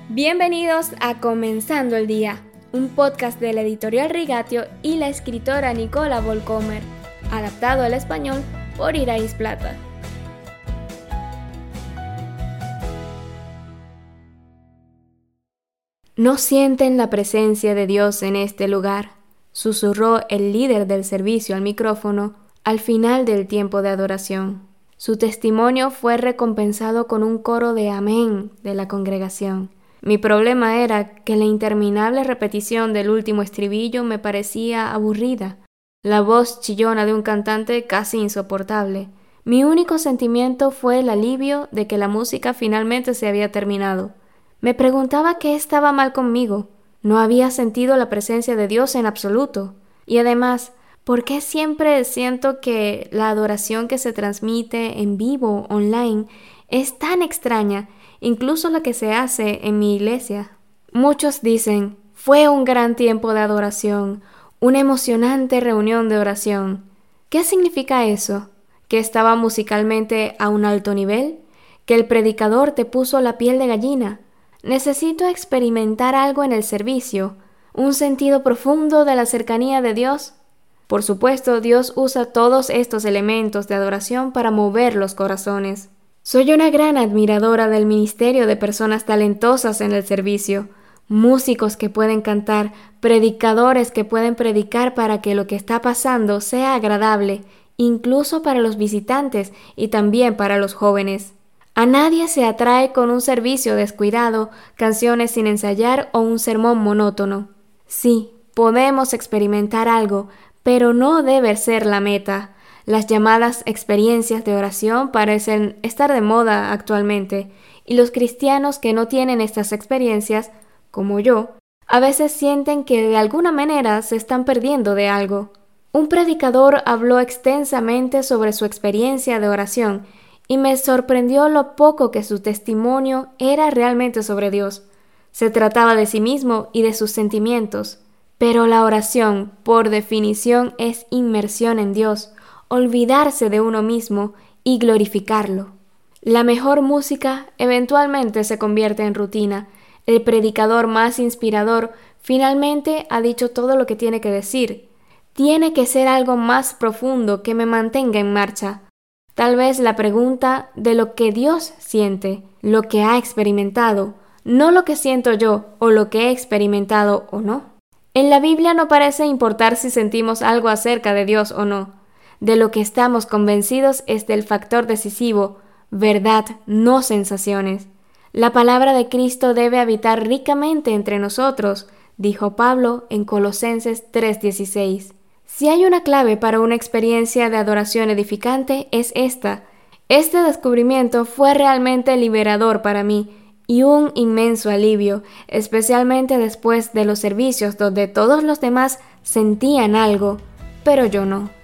Bienvenidos a Comenzando el Día, un podcast de la editorial Rigatio y la escritora Nicola Volcomer, adaptado al español por Irais Plata. No sienten la presencia de Dios en este lugar, susurró el líder del servicio al micrófono al final del tiempo de adoración. Su testimonio fue recompensado con un coro de amén de la congregación. Mi problema era que la interminable repetición del último estribillo me parecía aburrida, la voz chillona de un cantante casi insoportable. Mi único sentimiento fue el alivio de que la música finalmente se había terminado. Me preguntaba qué estaba mal conmigo. No había sentido la presencia de Dios en absoluto. Y además, ¿por qué siempre siento que la adoración que se transmite en vivo, online, es tan extraña? Incluso la que se hace en mi iglesia? Muchos dicen, fue un gran tiempo de adoración, una emocionante reunión de oración. ¿Qué significa eso? ¿Que estaba musicalmente a un alto nivel? ¿Que el predicador te puso la piel de gallina? Necesito experimentar algo en el servicio, un sentido profundo de la cercanía de Dios. Por supuesto, Dios usa todos estos elementos de adoración para mover los corazones. Soy una gran admiradora del ministerio de personas talentosas en el servicio, músicos que pueden cantar, predicadores que pueden predicar para que lo que está pasando sea agradable, incluso para los visitantes y también para los jóvenes. A nadie se atrae con un servicio descuidado, canciones sin ensayar o un sermón monótono. Sí, podemos experimentar algo, pero no debe ser la meta. Las llamadas experiencias de oración parecen estar de moda actualmente, y los cristianos que no tienen estas experiencias, como yo, a veces sienten que de alguna manera se están perdiendo de algo. Un predicador habló extensamente sobre su experiencia de oración, y me sorprendió lo poco que su testimonio era realmente sobre Dios. Se trataba de sí mismo y de sus sentimientos. Pero la oración, por definición, es inmersión en Dios, olvidarse de uno mismo y glorificarlo. La mejor música eventualmente se convierte en rutina. El predicador más inspirador finalmente ha dicho todo lo que tiene que decir. Tiene que ser algo más profundo que me mantenga en marcha. Tal vez la pregunta de lo que Dios siente, lo que ha experimentado, no lo que siento yo o lo que he experimentado o no. En la Biblia no parece importar si sentimos algo acerca de Dios o no. De lo que estamos convencidos es del factor decisivo, verdad, no sensaciones. La palabra de Cristo debe habitar ricamente entre nosotros, dijo Pablo en Colosenses 3:16. Si hay una clave para una experiencia de adoración edificante, es esta. Este descubrimiento fue realmente liberador para mí y un inmenso alivio, especialmente después de los servicios donde todos los demás sentían algo, pero yo no.